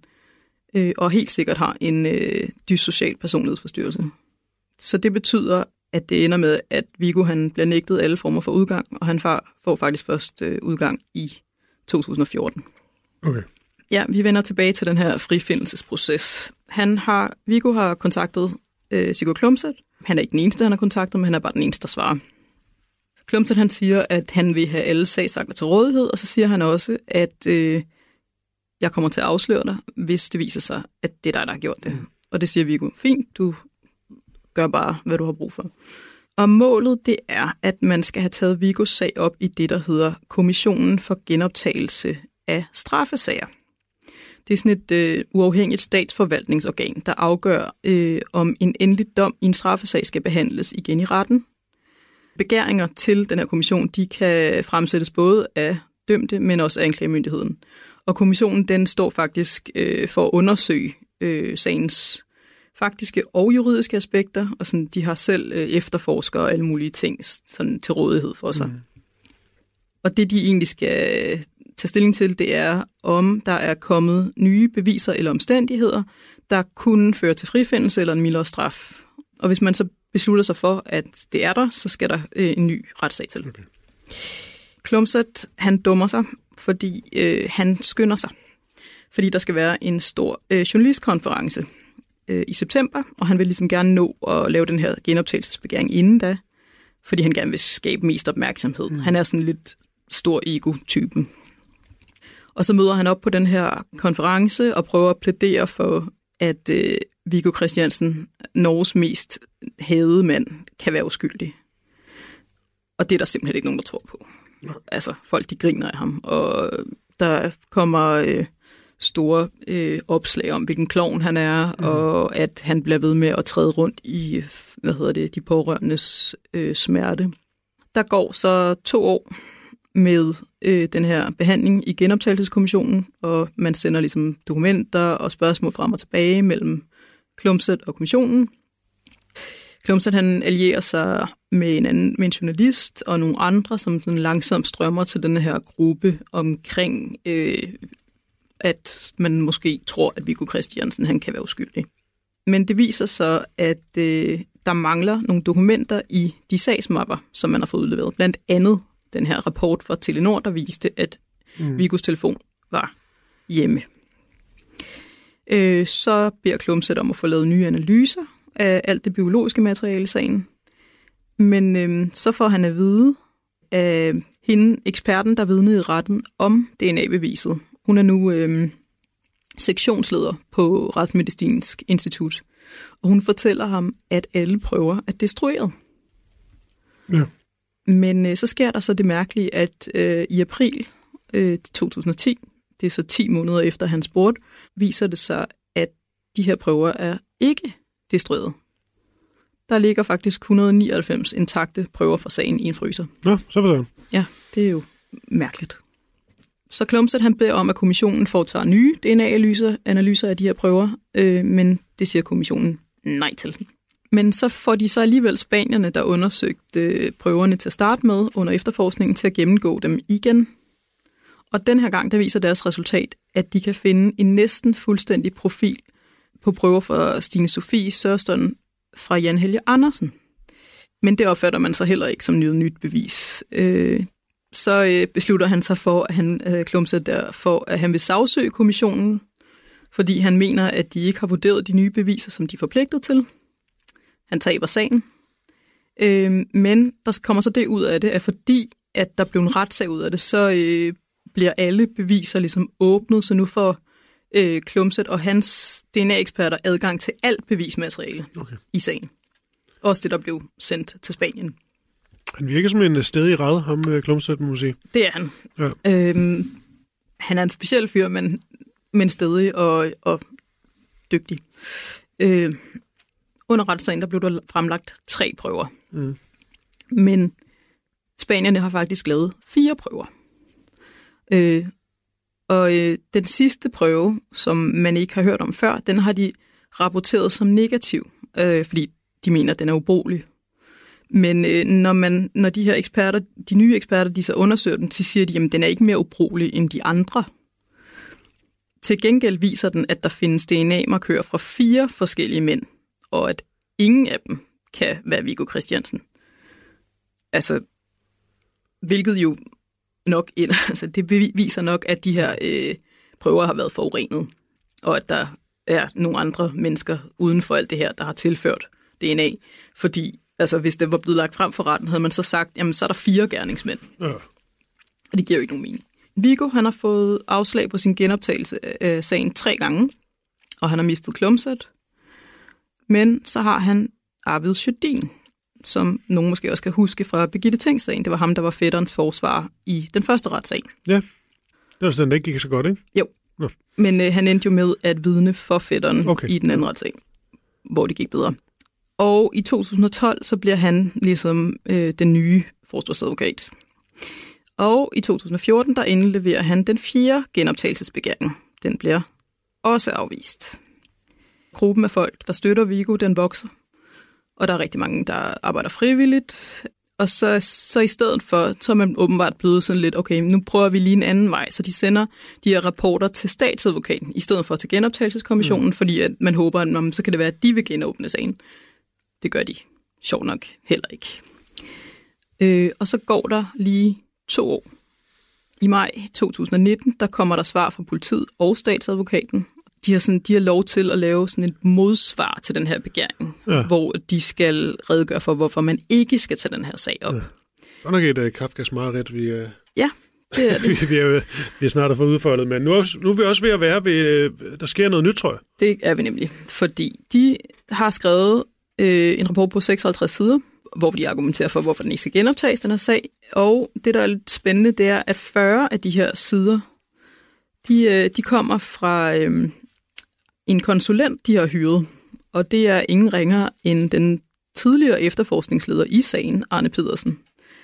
og helt sikkert har en dyssocial personlighedsforstyrrelse. Så det betyder, at det ender med, at Viggo han bliver nægtet alle former for udgang, og han får faktisk først udgang i 2014. Okay. Ja, vi vender tilbage til den her frifindelsesproces. Viggo har kontaktet Sigurd Klumset. Han er ikke den eneste, han har kontaktet, men han er bare den eneste, der svarer. Klumset, han siger, at han vil have alle sagsakter til rådighed, og så siger han også, at jeg kommer til at afsløre dig, hvis det viser sig, at det er dig, der har gjort det. Og det siger Viggo, fint, du gør bare, hvad du har brug for. Og målet, det er, at man skal have taget Viggos sag op i det, der hedder Kommissionen for genoptagelse af straffesager. Det er sådan et uafhængigt statsforvaltningsorgan, der afgør, om en endelig dom i en straffesag skal behandles igen i retten. Begæringer til den her kommission, de kan fremsættes både af dømte, men også af anklagemyndigheden. Og kommissionen, den står faktisk for at undersøge sagens faktiske og juridiske aspekter, og sådan, de har selv efterforskere og alle mulige ting sådan, til rådighed for sig. Og det, de egentlig skal tage stilling til, det er, om der er kommet nye beviser eller omstændigheder, der kunne føre til frifindelse eller en mildere straf. Og hvis man så beslutter sig for, at det er der, så skal der en ny retssag til. Okay. Klumset, han dummer sig, fordi han skynder sig. Fordi der skal være en stor journalistkonference i september, og han vil ligesom gerne nå at lave den her genoptagelsesbegæring inden da, fordi han gerne vil skabe mest opmærksomhed. Han er sådan lidt stor ego-typen. Og så møder han op på den her konference og prøver at plædere for, at Viggo Kristiansen, Norges mest hadede mand, kan være uskyldig. Og det er der simpelthen ikke nogen, der tror på. Altså, folk de griner af ham, og der kommer store opslag om, hvilken klovn han er, og at han bliver ved med at træde rundt i, de pårørendes smerte. Der går så 2 år med den her behandling i genoptagelseskommissionen, og man sender ligesom dokumenter og spørgsmål frem og tilbage mellem Klumset og kommissionen. Klumset, han allierer sig med en journalist og nogle andre, som sådan langsomt strømmer til den her gruppe omkring, at man måske tror, at Viggo Kristiansen han kan være uskyldig. Men det viser sig, at der mangler nogle dokumenter i de sagsmapper, som man har fået udleveret. Blandt andet den her rapport fra Telenor, der viste, at Viggos telefon var hjemme. Så beder Klumset om at få lavet nye analyser af alt det biologiske materiale i sagen. Men så får han at vide af hende, eksperten, der vidnede i retten om DNA-beviset. Hun er nu sektionsleder på Retsmedicinsk Institut, og hun fortæller ham, at alle prøver er destrueret. Ja. Men så sker der så det mærkelige, at i april 2010, det er så 10 måneder efter hans spurgte, viser det sig, at de her prøver er ikke destrueret. Der ligger faktisk 199 intakte prøver fra sagen i en fryser. Nå, så forstår jeg. Ja, det er jo mærkeligt. Så Klumset, han beder om, at kommissionen foretager nye DNA-analyser af de her prøver, men det siger kommissionen nej til. Men så får de så alligevel spanierne, der undersøgte prøverne til at starte med under efterforskningen, til at gennemgå dem igen. Og den her gang, der viser deres resultat, at de kan finde en næsten fuldstændig profil på prøver fra Stine Sofie Sørston fra Jan Helge Andersen. Men det opfatter man så heller ikke som nyt bevis. så beslutter han sig for, at han vil sagsøge kommissionen, fordi han mener, at de ikke har vurderet de nye beviser, som de er forpligtet til. Han taber sagen. Men der kommer så det ud af det, at fordi at der blev en retssag ud af det, så bliver alle beviser ligesom åbnet, så nu får Klumset og hans DNA-eksperter adgang til alt bevismateriale i sagen. Også det, der blev sendt til Spanien. Han virker som en stedig ræd, ham Klumset, må man sige. Det er han. Ja. Han er en speciel fyr, men stedig og dygtig. Under retssagen, der blev der fremlagt 3 prøver. Mm. Men spanierne har faktisk lavet 4 prøver. Den sidste prøve, som man ikke har hørt om før, den har de rapporteret som negativ, fordi de mener, at den er ubrugelig. Men når de her eksperter, de nye eksperter, de så undersøger den, så siger de, at den er ikke mere ubrugelig end de andre. Til gengæld viser den, at der findes DNA-markører fra 4 forskellige mænd, og at ingen af dem kan være Viggo Kristiansen. Altså, hvilket jo nok det viser nok, at de her prøver har været forurenet, og at der er nogle andre mennesker uden for alt det her, der har tilført DNA. Fordi altså, hvis det var blevet lagt frem for retten, havde man så sagt, jamen så er der 4 gerningsmænd. Ja. Og det giver jo ikke nogen mening. Viggo, han har fået afslag på sin genoptagelse af sagen 3 gange, og han har mistet Klumset. Men så har han Arvid Sjödin, som nogen måske også kan huske fra Birgitte Tengs-sagen. Det var ham, der var fætterens forsvarer i den første retssag. Ja, det var sådan, det ikke gik så godt, ikke? Jo, ja. Men han endte jo med at vidne for fætteren i den anden retssag, hvor det gik bedre. Og i 2012, så bliver han ligesom den nye forsvarsadvokat. Og i 2014, der indleverer han den 4. genoptagelsesbegæring. Den bliver også afvist. Gruppen af folk, der støtter Viggo, den vokser. Og der er rigtig mange, der arbejder frivilligt. Og så i stedet for, så er man åbenbart blevet sådan lidt, okay, nu prøver vi lige en anden vej. Så de sender de her rapporter til statsadvokaten, i stedet for til genoptagelseskommissionen, fordi at man håber, at så kan det være, at de vil genåbne sagen. Det gør de sjovt nok heller ikke. Og så går der lige 2 år. I maj 2019, der kommer der svar fra politiet og statsadvokaten. De har lov til at lave sådan et modsvar til den her begæring, hvor de skal redegøre for, hvorfor man ikke skal tage den her sag op. Det er nok et Kafkas mareridt, vi... Ja, det er det. vi er snart at få udfoldet, men nu er vi også ved at være ved... Der sker noget nyt, tror jeg. Det er vi nemlig, fordi de har skrevet en rapport på 56 sider, hvor de argumenterer for, hvorfor den ikke skal genoptages, den her sag. Og det, der er lidt spændende, det er, at 40 af de her sider, de kommer fra en konsulent, de har hyret. Og det er ingen ringere end den tidligere efterforskningsleder i sagen, Arne Pedersen.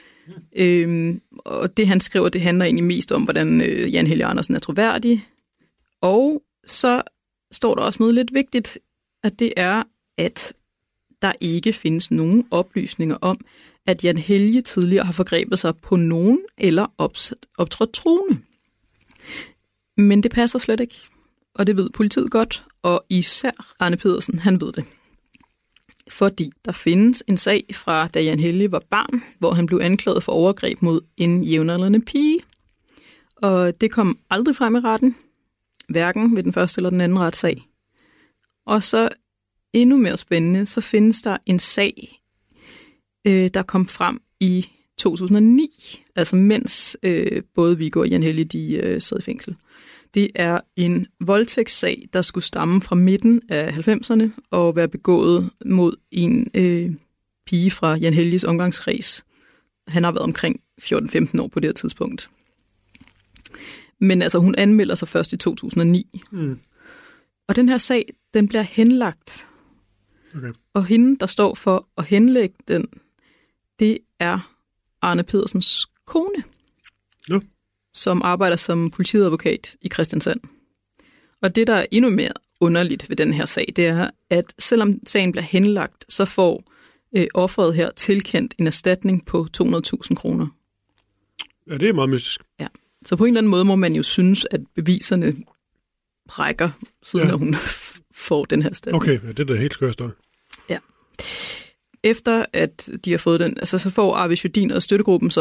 Og det, han skriver, det handler egentlig mest om, hvordan Jan Helge Andersen er troværdig. Og så står der også noget lidt vigtigt, at det er, at der ikke findes nogen oplysninger om, at Jan Helge tidligere har forgrebet sig på nogen eller optrådt truende. Men det passer slet ikke, og det ved politiet godt, og især Arne Pedersen, han ved det. Fordi der findes en sag fra, da Jan Helge var barn, hvor han blev anklaget for overgreb mod en jævnaldrende pige. Og det kom aldrig frem i retten, hverken ved den første eller den anden retssag. Og så endnu mere spændende, så findes der en sag, der kom frem i 2009, altså mens både Viggo og Jan Helge de sad i fængsel. Det er en voldtægtssag, der skulle stamme fra midten af 90'erne og være begået mod en pige fra Jan Helges omgangskreds. Han har været omkring 14-15 år på det her tidspunkt. Men altså, hun anmelder sig først i 2009. Mm. Og den her sag, den bliver henlagt. Okay. Og hende, der står for at henlægge den, det er Arne Pedersens kone, som arbejder som politiadvokat i Kristiansand. Og det, der er endnu mere underligt ved den her sag, det er, at selvom sagen bliver henlagt, så får offeret her tilkendt en erstatning på 200.000 kroner. Ja, det er meget mystisk. Ja, så på en eller anden måde må man jo synes, at beviserne rækker, siden hun får den her erstatning. Okay, ja, det er da helt skør støj. Ja. Efter at de har fået den, altså så får Arvid Sjödin og støttegruppen så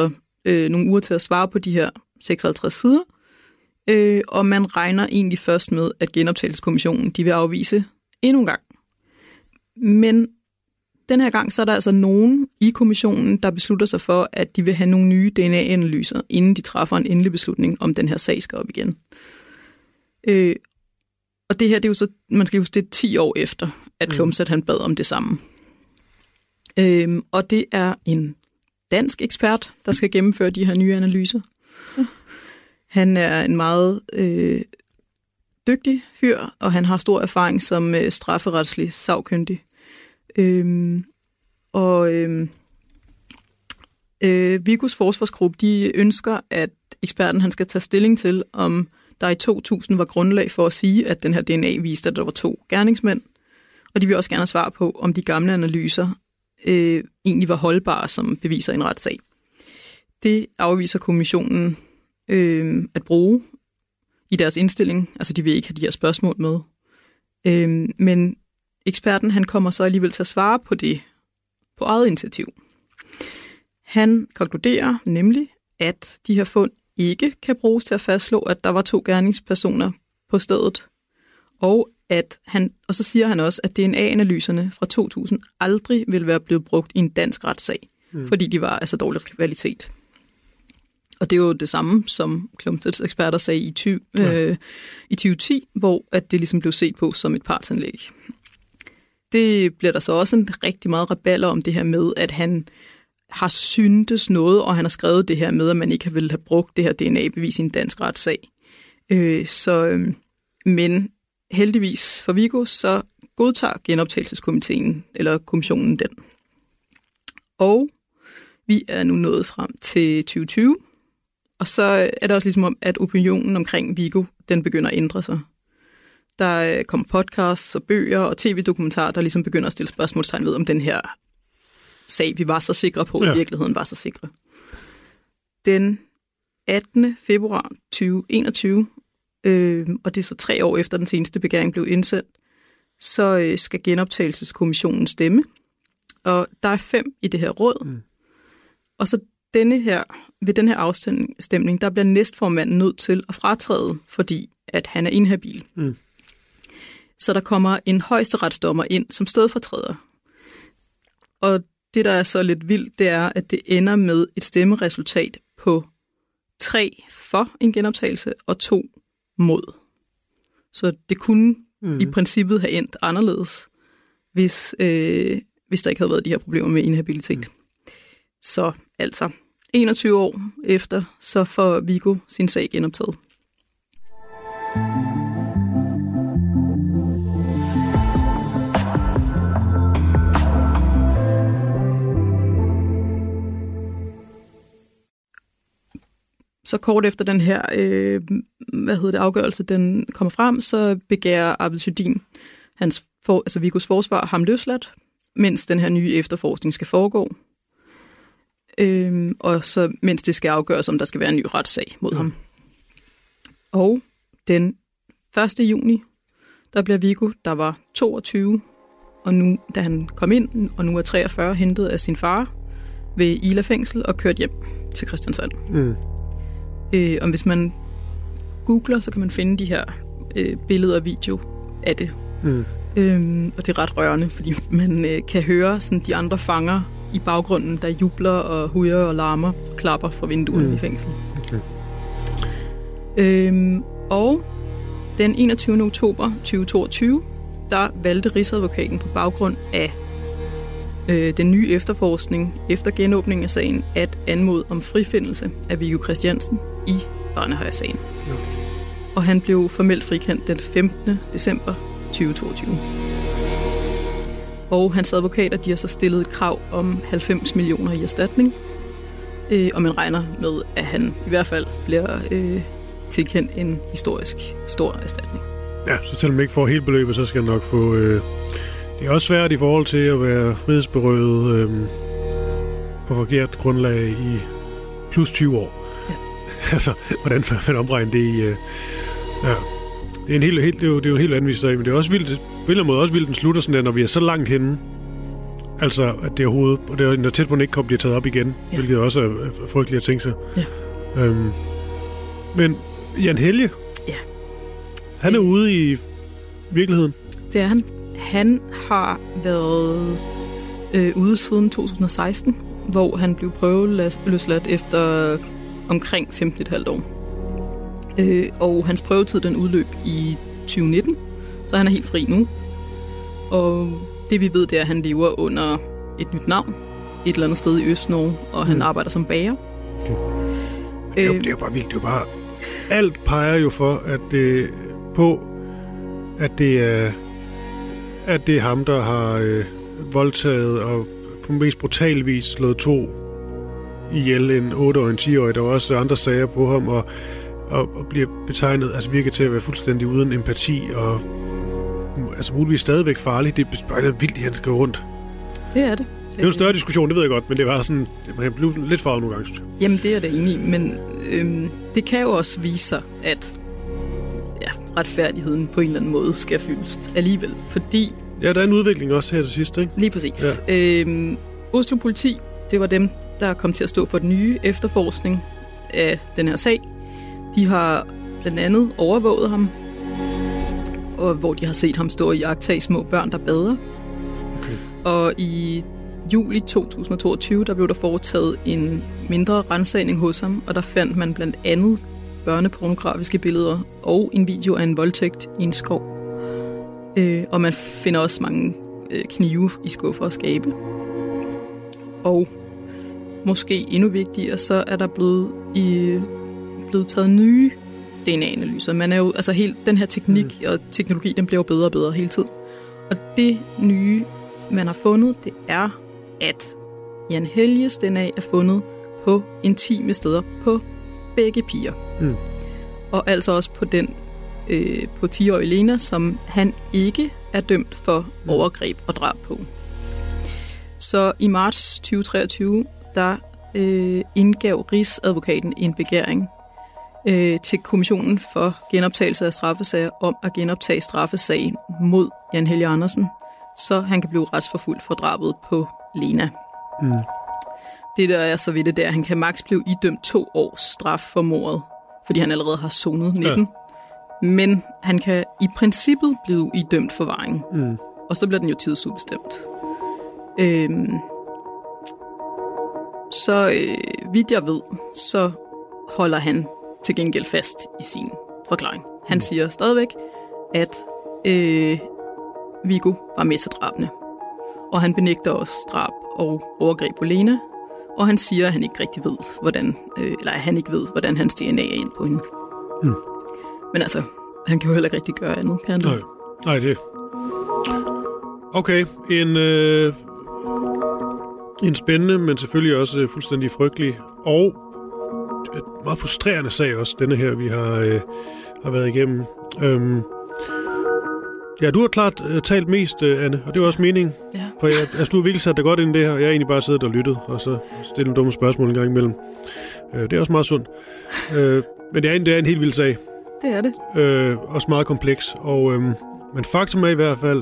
nogle uger til at svare på de her 56 sider, og man regner egentlig først med, at genoptagelseskommissionen de vil afvise endnu en gang. Men den her gang så er der altså nogen i kommissionen, der beslutter sig for, at de vil have nogle nye DNA-analyser, inden de træffer en endelig beslutning, om den her sag skal op igen. Og det her, det er jo så, man skal huske, det er 10 år efter, at Klumsat han bad om det samme. Og det er en dansk ekspert, der skal gennemføre de her nye analyser. Han er en meget dygtig fyr, og han har stor erfaring som strafferetslig sagkyndig. Vigos forsvarsgruppe, de ønsker, at eksperten han skal tage stilling til, om der i 2000 var grundlag for at sige, at den her DNA viste, at der var 2 gerningsmænd. Og de vil også gerne have svar på, om de gamle analyser egentlig var holdbare som beviser i en retssag. Det afviser kommissionen at bruge i deres indstilling. Altså, de vil ikke have de her spørgsmål med. Men eksperten, han kommer så alligevel til at svare på det på eget initiativ. Han konkluderer nemlig, at de her fund ikke kan bruges til at fastslå, at der var 2 gerningspersoner på stedet. Og så siger han også, at DNA-analyserne fra 2000 aldrig vil være blevet brugt i en dansk retssag, fordi de var af så dårlig kvalitet. Og det er jo det samme, som Klumsats eksperter sagde i 2010, hvor at det ligesom blev set på som et partsanlæg. Det bliver der så også en rigtig meget raballer om det her med, at han har syntes noget, og han har skrevet det her med, at man ikke ville have brugt det her DNA-bevis i en dansk retssag. Men heldigvis for Viggo, så godtager genoptagelseskomiteen, eller kommissionen den. Og vi er nu nået frem til 2020, og så er det også ligesom om, at opinionen omkring Viggo, den begynder at ændre sig. Der kommer podcasts og bøger og tv-dokumentarer, der ligesom begynder at stille spørgsmålstegn ved, om den her sag, vi var så sikre på, i virkeligheden var så sikre. Den 18. februar 2021, og det er så 3 år efter den seneste begæring blev indsendt, så skal genoptagelseskommissionen stemme. Og der er 5 i det her råd. Og så ved den her afstemning, der bliver næstformanden nødt til at fratræde, fordi at han er inhabil. Så der kommer en højesteretsdommer ind som stedfortræder. Og det, der er så lidt vildt, det er, at det ender med et stemmeresultat på 3 for en genoptagelse og 2 mod. Så det kunne i princippet have endt anderledes, hvis der ikke havde været de her problemer med inhabilitet. Så altså 21 år efter, så får Viggo sin sag genoptaget. Så kort efter den her afgørelse, den kommer frem, så begærer Abel Sydin, Viggos forsvar, ham løsladt, mens den her nye efterforskning skal foregå. Og så mens det skal afgøres, om der skal være en ny retssag mod ham. Og den 1. juni, der bliver Viggo, der var 22, og nu, da han kom ind, og nu er 43, hentet af sin far ved Ila fængsel og kørt hjem til Kristiansand. Og hvis man googler, så kan man finde de her billeder og video af det. Og det er ret rørende, fordi man kan høre sådan, de andre fanger i baggrunden, der jubler og hujer og larmer, klapper fra vinduerne i fængsel. Og den 21. oktober 2022, der valgte Rigsadvokaten på baggrund af den nye efterforskning efter genåbningen af sagen at anmode om frifindelse af Viggo Kristiansen i Barnehøj-sagen. Og han blev formelt frikendt den 15. december 2022. Og hans advokater, de har så stillet et krav om 90 millioner i erstatning. Og man regner med, at han i hvert fald bliver tilkendt en historisk stor erstatning. Ja, så selvom man ikke får helt beløbet, så skal han nok få... Det er også svært i forhold til at være frihedsberøvet på forkert grundlag i plus 20 år. Ja. Altså, hvordan får man omregne det i... ja. Det er jo en helt vanvittig sag, men det er også vildt, på en eller anden måde også vildt, den slutter sådan der, når vi er så langt henne Altså, at det overhovedet, og det er tæt på, at den ikke kommer blive taget op igen, hvilket også er frygteligt at tænke sig. Ja. Men Jan Helge, han er ude i virkeligheden. Det er han. Han har været ude siden 2016, hvor han blev prøveløsladt efter omkring 15,5 år. Og hans prøvetid den udløb i 2019, så han er helt fri nu. Og det vi ved, det er, at han lever under et nyt navn, et eller andet sted i Østnorge, og han arbejder som bager. Okay. Det er jo bare vildt. Det er jo bare... Alt peger jo for, at det er ham, der har voldtaget og på mest brutal vis slået 2 ihjel, en 8- og en 10-årig. Der var også andre sager på ham, og bliver betegnet, altså virker til at være fuldstændig uden empati, og altså muligvis stadigvæk farligt. Det er bare vildt, at han skal rundt. Det er det. Det er jo en større diskussion, det ved jeg godt, men det var sådan, man blev lidt farvet nogle gange. Jamen, det er det enig i, men det kan jo også vise sig, at retfærdigheden på en eller anden måde skal fyldes alligevel, fordi... Ja, der er en udvikling også her til sidst, ikke? Lige præcis. Ja. Oslo politi, det var dem, der kom til at stå for den nye efterforskning af den her sag. De har blandt andet overvåget ham, og hvor de har set ham stå og iagttage små børn, der bader. Okay. Og i juli 2022, der blev der foretaget en mindre ransagning hos ham, og der fandt man blandt andet børnepornografiske billeder og en video af en voldtægt i en skov. Og man finder også mange knive i skuffer og skabe. Og måske endnu vigtigere, så er der blevet taget nye DNA-analyser. Man er jo, altså helt den her teknik og teknologi, den bliver jo bedre og bedre hele tiden. Og det nye, man har fundet, det er, at Jan Helges DNA er fundet på intime steder på begge piger. Og altså også på den på 10-årige Lena, som han ikke er dømt for overgreb og drab på. Så i marts 2023, der indgav Rigsadvokaten en begæring til Kommissionen for genoptagelse af straffesager om at genoptage straffesagen mod Jan Helge Andersen, så han kan blive retsforfulgt for drabet på Lena. Det der er så vidt det der, han kan maks blive idømt 2 års straf for mordet, fordi han allerede har sonet 19. Ja. Men han kan i princippet blive idømt forvaring. Og så bliver den jo tidsubestemt. Så vidt jeg ved, så holder han til gengæld fast i sin forklaring. Han siger stadigvæk, at Viggo var med til drabene. Og han benægter også drab og overgreb på Lena. Og han siger, at han ikke rigtig ved, hvordan hans DNA er ind på hende. Men altså, han kan jo heller ikke rigtig gøre andet, kan han? Nej, det. Okay, en spændende, men selvfølgelig også fuldstændig frygtelig og et meget frustrerende sag også, denne her, vi har været igennem. Ja, du har klart talt mest, Anne, og det var også meningen. Ja. For du har virkelig sat dig godt ind i det her, og jeg har egentlig bare siddet og lyttet, og så stillet nogle dumme spørgsmål en gang imellem. Det er også meget sundt. Men det er en helt vild sag. Det er det. Også meget kompleks. Men faktum er i hvert fald,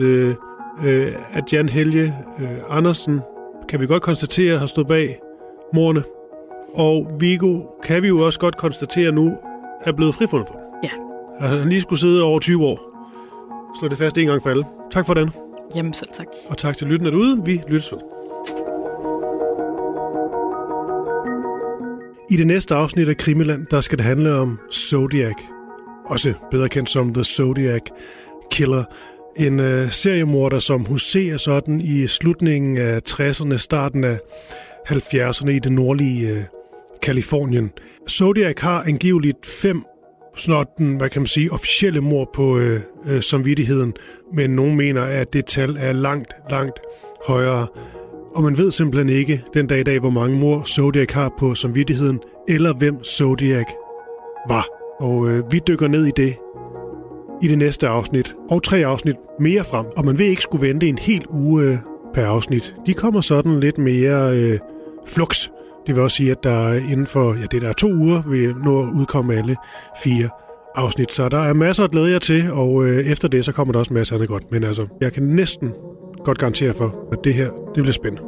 at Jan Helge Andersen, kan vi godt konstatere, har stået bag mordene. Og Viggo, kan vi jo også godt konstatere nu, er blevet frifundet for. Ja. Han lige skulle sidde over 20 år. Slå det fast en gang for alle. Tak for den. Jamen selv tak. Og tak til lytterne derude. Vi lyttes ved. I det næste afsnit af Krimiland, der skal det handle om Zodiac. Også bedre kendt som The Zodiac Killer. En seriemorder, som huserer sådan i slutningen af 60'erne, starten af 70'erne i det nordlige Kalifornien. Zodiac har angiveligt 5 hvad kan man sige, officielle mord på samvittigheden, men nogen mener, at det tal er langt, langt højere. Og man ved simpelthen ikke den dag i dag, hvor mange mord Zodiac har på samvittigheden, eller hvem Zodiac var. Og vi dykker ned i det i det næste afsnit, og 3 afsnit mere frem. Og man vil ikke skulle vente en hel uge per afsnit. De kommer sådan lidt mere flux. Det vil også sige, at der inden for det der er 2 uger, vil nå at udkomme alle 4 afsnit. Så der er masser at glæde jer til, og efter det, så kommer der også masser af andet godt. Men altså, jeg kan næsten godt garantere for, at det her, det bliver spændende.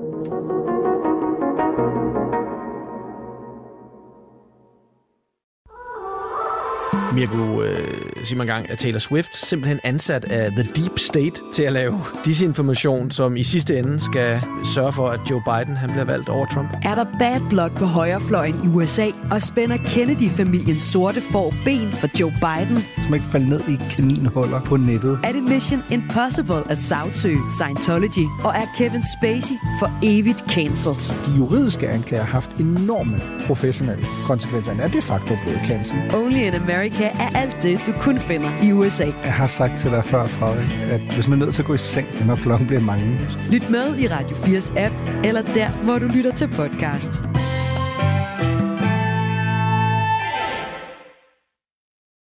Mirko, siger man gang, at Taylor Swift simpelthen ansat af The Deep State til at lave disinformation, som i sidste ende skal sørge for, at Joe Biden han bliver valgt over Trump. Er der bad blood på højrefløjen i USA, og spænder Kennedy-familiens sorte får ben for Joe Biden? Som ikke falder ned i kaninhuller på nettet. Er det Mission Impossible at sagsøge Scientology? Og er Kevin Spacey for evigt cancelled? De juridiske anklager har haft enorme professionelle konsekvenser. Han er de facto blevet cancelled. Only in America er alt det, du kun finder i USA. Jeg har sagt til dig før, Frederik, at hvis man er nødt til at gå i seng, når klokken bliver mange. Lyt med i Radio 4's app, eller der, hvor du lytter til podcast.